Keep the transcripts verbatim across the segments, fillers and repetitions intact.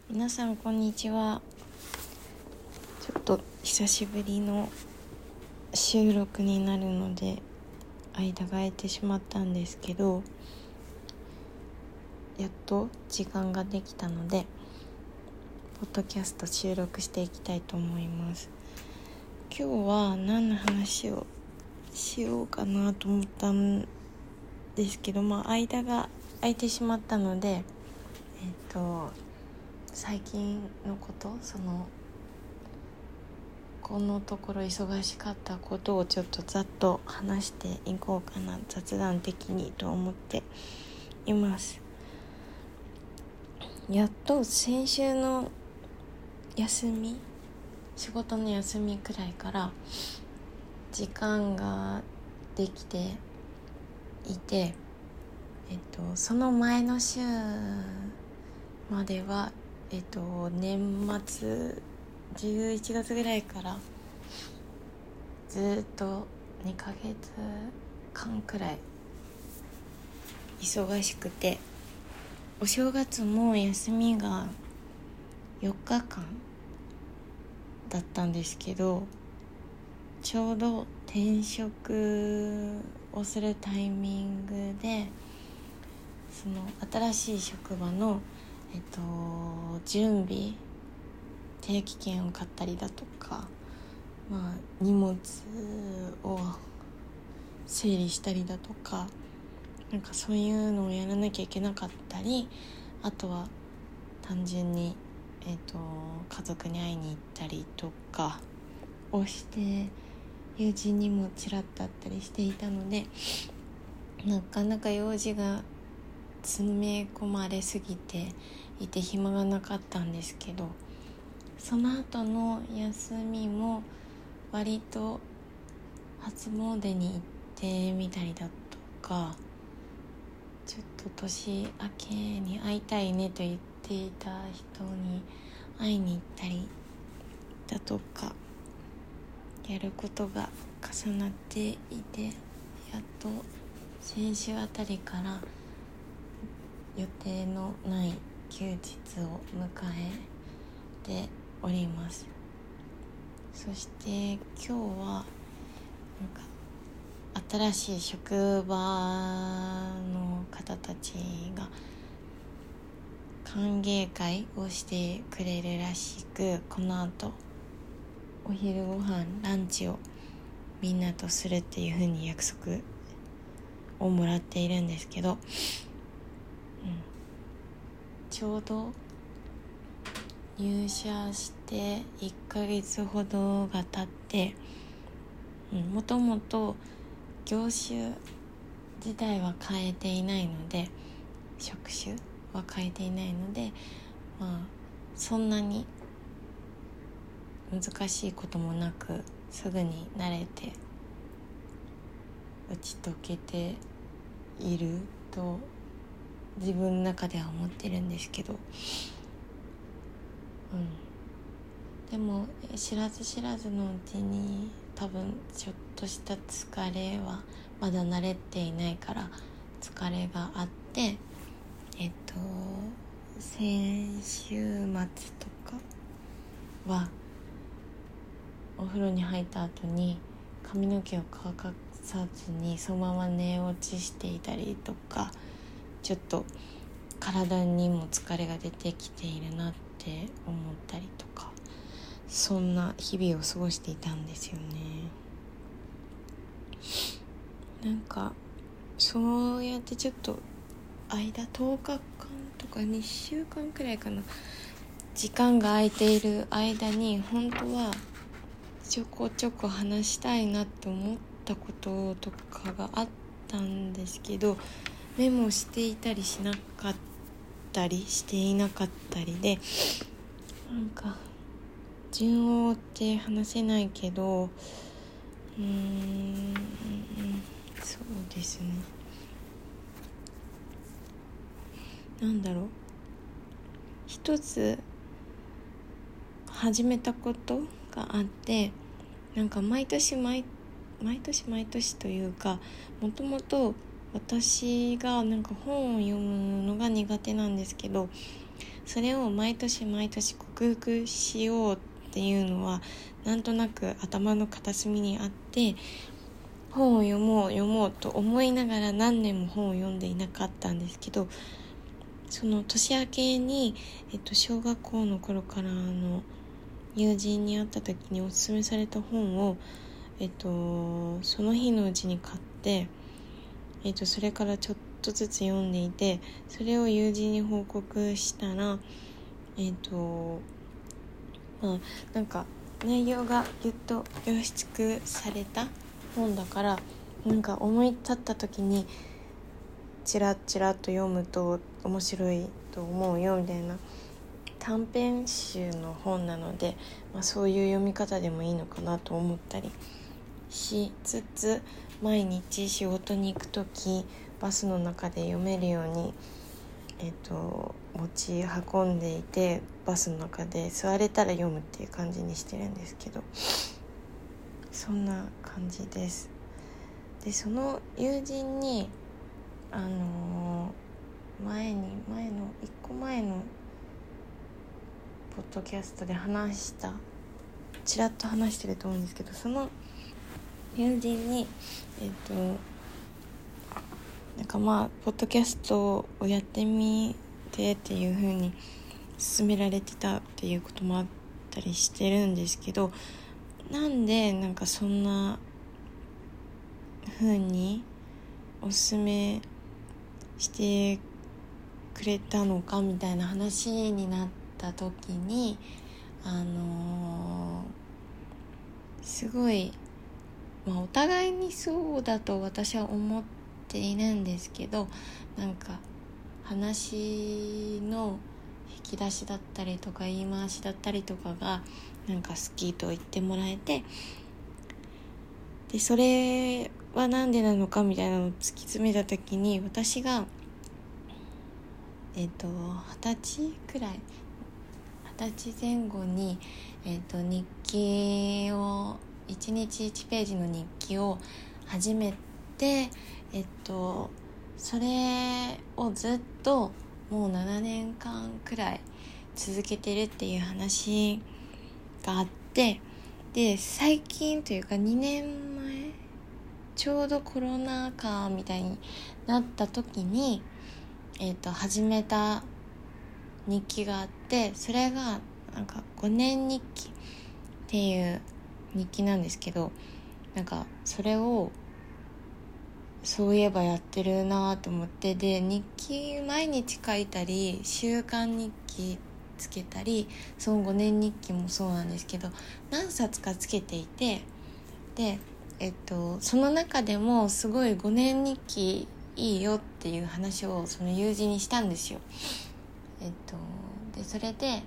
皆さんこんにちは。ちょっと久しぶりの収録になるので間が空いてしまったんですけど、やっと時間ができたのでポッドキャスト収録していきたいと思います。今日は何の話をしようかなと思ったんですけど、まあ間が空いてしまったのでえっと最近のこと、そのこのところ忙しかったことをちょっとざっと話していこうかな、雑談的にと思っています。やっと先週の休み、仕事の休みくらいから時間ができていて、えっとその前の週まではえっと年末じゅういちがつぐらいからずっとにかげつかんくらい忙しくて、お正月も休みがよっかかんだったんですけど、ちょうど転職をするタイミングでその新しい職場のえっと準備、定期券を買ったりだとか、まあ、荷物を整理したりだとか、なんかそういうのをやらなきゃいけなかったり、あとは単純に、えーと、家族に会いに行ったりとかをして、友人にもちらっと会ったりしていたので、なかなか用事が詰め込まれすぎていて暇がなかったんですけど、その後の休みも割と初詣に行ってみたりだとか、ちょっと年明けに会いたいねと言っていた人に会いに行ったりだとか、やることが重なっていて、やっと先週あたりから予定のない休日を迎えております。そして今日はなんか新しい職場の方たちが歓迎会をしてくれるらしく、この後お昼ご飯ランチをみんなとするっていう風に約束をもらっているんですけど、うん、ちょうど入社していっかげつほどが経って、もともと業種自体は変えていないので、職種は変えていないので、まあそんなに難しいこともなくすぐに慣れて打ち解けていると自分の中では思ってるんですけど、うん、でも知らず知らずのうちに多分ちょっとした疲れはまだ慣れていないから疲れがあって、えっと先週末とかはお風呂に入った後に髪の毛を乾かさずにそのまま寝落ちしていたりとか、ちょっと体にも疲れが出てきているなって思ったりとか、そんな日々を過ごしていたんですよね。なんかそうやってちょっと間とおかかんとかにしゅうかんくらいかな、時間が空いている間に本当はちょこちょこ話したいなって思ったこととかがあったんですけど、メモしていたりしなかったりしていなかったりで、なんか順を追って話せないけど、うーんそうですね、なんだろう、一つ始めたことがあって、なんか毎年毎毎年毎年というか、もともと私がなんか本を読むのが苦手なんですけど、 それを毎年毎年克服しようっていうのはなんとなく頭の片隅にあって、本を読もう読もうと思いながら何年も本を読んでいなかったんですけど、その年明けに、えっと、小学校の頃からの友人に会った時におすすめされた本を、えっと、その日のうちに買って、えっと、それからちょっとずつ読んでいて、それを友人に報告したら、えっとまあなんか内容がぎゅっと凝縮された本だから、なんか思い立った時にチラッチラッと読むと面白いと思うよみたいな短編集の本なので、まあ、そういう読み方でもいいのかなと思ったりしつつ、毎日仕事に行くときバスの中で読めるように、えっと、持ち運んでいて、バスの中で座れたら読むっていう感じにしてるんですけど、そんな感じです。でその友人にあのー、前に前のいっこまえのポッドキャストで話したちらっと話してると思うんですけど、その友人にえっとなんかまあポッドキャストをやってみてっていう風に勧められてたっていうこともあったりしてるんですけど、なんでなんかそんな風におすすめしてくれたのかみたいな話になった時に、あのー、すごい、まあ、お互いにそうだと私は思っているんですけど、なんか話の引き出しだったりとか言い回しだったりとかがなんか好きと言ってもらえて、でそれはなんでなのかみたいなのを突き詰めた時に、私がえっと二十歳くらい二十歳前後に、えっと日記をいちにちいちページの日記を始めて、えっとそれをずっともうななねんかんくらい続けてるっていう話があって、で最近というかにねんまえ、ちょうどコロナ禍みたいになった時に、えっと始めた日記があって、それがなんかごねん日記っていう日記なんですけど、なんかそれをそういえばやってるなと思って、で日記毎日書いたり週刊日記つけたり、そのごねん日記もそうなんですけど何冊かつけていて、でえっとその中でもすごいごねん日記いいよっていう話をその友人にしたんですよ。えっとでそれで、えー、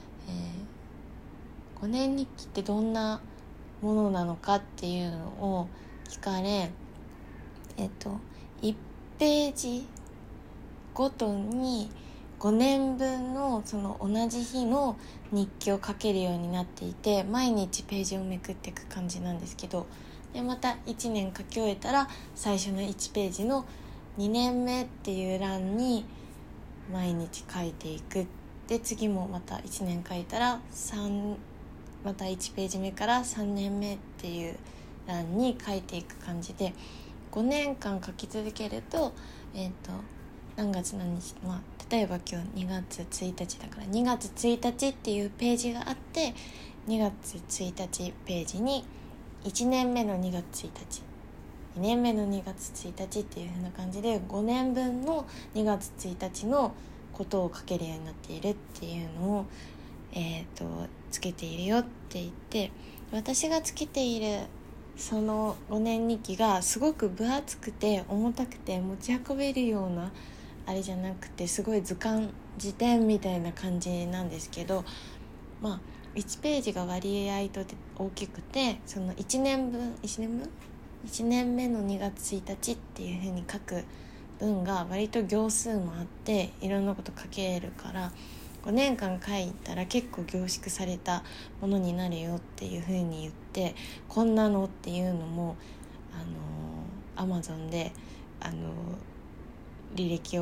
ごねん日記ってどんなものなのかっていうのを聞かれ、えっといちページごとにごねんぶんのその同じ日の日記を書けるようになっていて、毎日ページをめくっていく感じなんですけど、でまたいちねん書き終えたら最初のいちページのにねんめっていう欄に毎日書いていく。で次もまたいちねん書いたらさんまたいちページ目からさんねんめっていう欄に書いていく感じで、ごねんかん書き続けると、えっと何月何日、まあ、例えば今日にがつついたちだからにがつついたちっていうページがあって、にがつついたちページにいちねんめのにがつついたち、にねんめのにがつついたちっていう風な感じでごねんぶんのにがつついたちのことを書けるようになっているっていうのを、えーと、つけているよって言って、私がつけているそのごねん日記がすごく分厚くて重たくて持ち運べるようなあれじゃなくて、すごい図鑑辞典みたいな感じなんですけど、まあいちページが割合と大きくて、そのいちねんぶんいちねんぶんいちねんめのにがつついたちっていう風に書く文が割と行数もあっていろんなこと書けるから、ごねんかん書いたら結構凝縮されたものになるよっていう風に言って、こんなのっていうのもあの Amazon であの履歴をか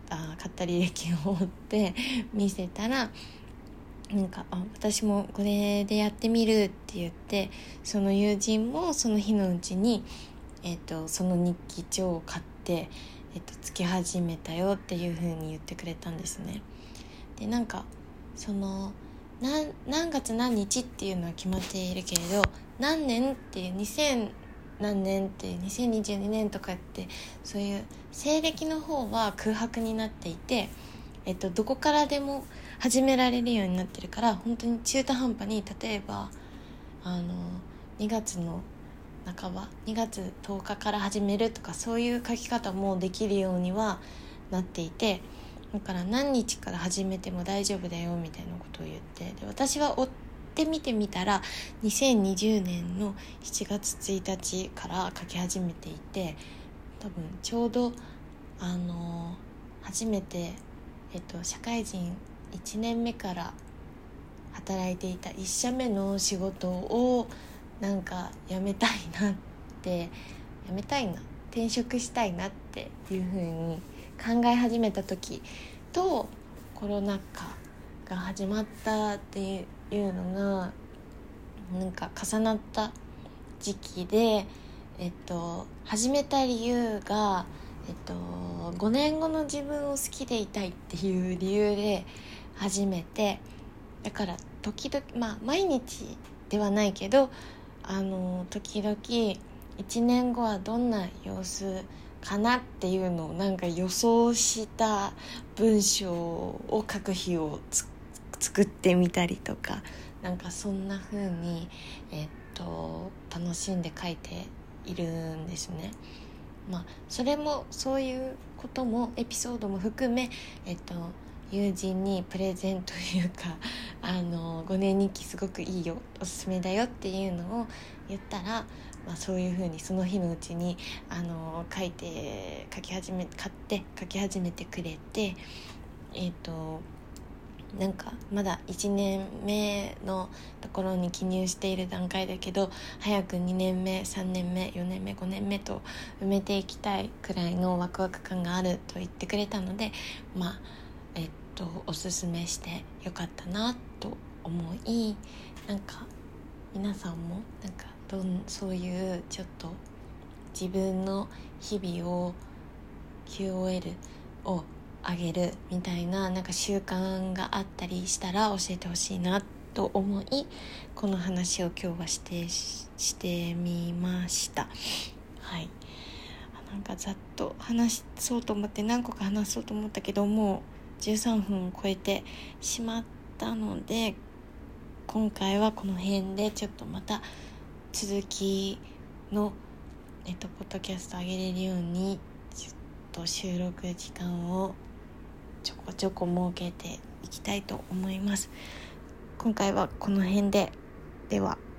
あ買った履歴を追って見せたら、なんかあ私もこれでやってみるって言って、その友人もその日のうちに、えー、とその日記帳を買って、えー、とつけ始めたよっていう風に言ってくれたんですね。でなんかその 何, 何月何日っていうのは決まっているけれど、何年っていうにせん何年っていうにせんにじゅうにねんとかって、そういう西暦の方は空白になっていて、えっと、どこからでも始められるようになってるから、本当に中途半端に、例えばあのにがつの半ばにがつとおかから始めるとか、そういう書き方もできるようにはなっていて、だから何日から始めても大丈夫だよみたいなことを言って、で私は追ってみてみたらにせんにじゅうねんのしちがつついたちから書き始めていて、多分ちょうどあの初めて、えっと、社会人いちねんめから働いていたいっ社目の仕事をなんか辞めたいなって辞めたいな転職したいなっていう風に考え始めた時と、コロナ禍が始まったっていうのがなんか重なった時期で、えっと、始めた理由が、えっと、ごねんごの自分を好きでいたいっていう理由で始めて、だから時々、まあ毎日ではないけど、あの時々いちねんごはどんな様子かなっていうのをなんか予想した文章を書く日をつ作ってみたりとか、なんかそんな風に、えっと、楽しんで書いているんですね。まあそれもそういうこともエピソードも含め、えっと友人にプレゼンというか、あのごねん日記すごくいいよ、おすすめだよっていうのを言ったら、まあ、そういう風にその日のうちにあの書いて書き始め買って書き始めてくれて、えっとなんかまだいちねんめのところに記入している段階だけど、早くにねんめさんねんめよねんめごねんめと埋めていきたいくらいのワクワク感があると言ってくれたので、まあえっとおすすめしてよかったなと思い、なんか皆さんもなんかどんそういうちょっと自分の日々を キューオーエル を上げるみたいななんか習慣があったりしたら教えてほしいなと思い、この話を今日はしてしてみました。はい、なんかざっと話そうと思って何個か話そうと思ったけど、もうじゅうさんぷんを超えてしまったので、今回はこの辺でちょっとまた続きのえっとポッドキャスト上げれるようにちょっと収録時間をちょこちょこ設けていきたいと思います。今回はこの辺で、では。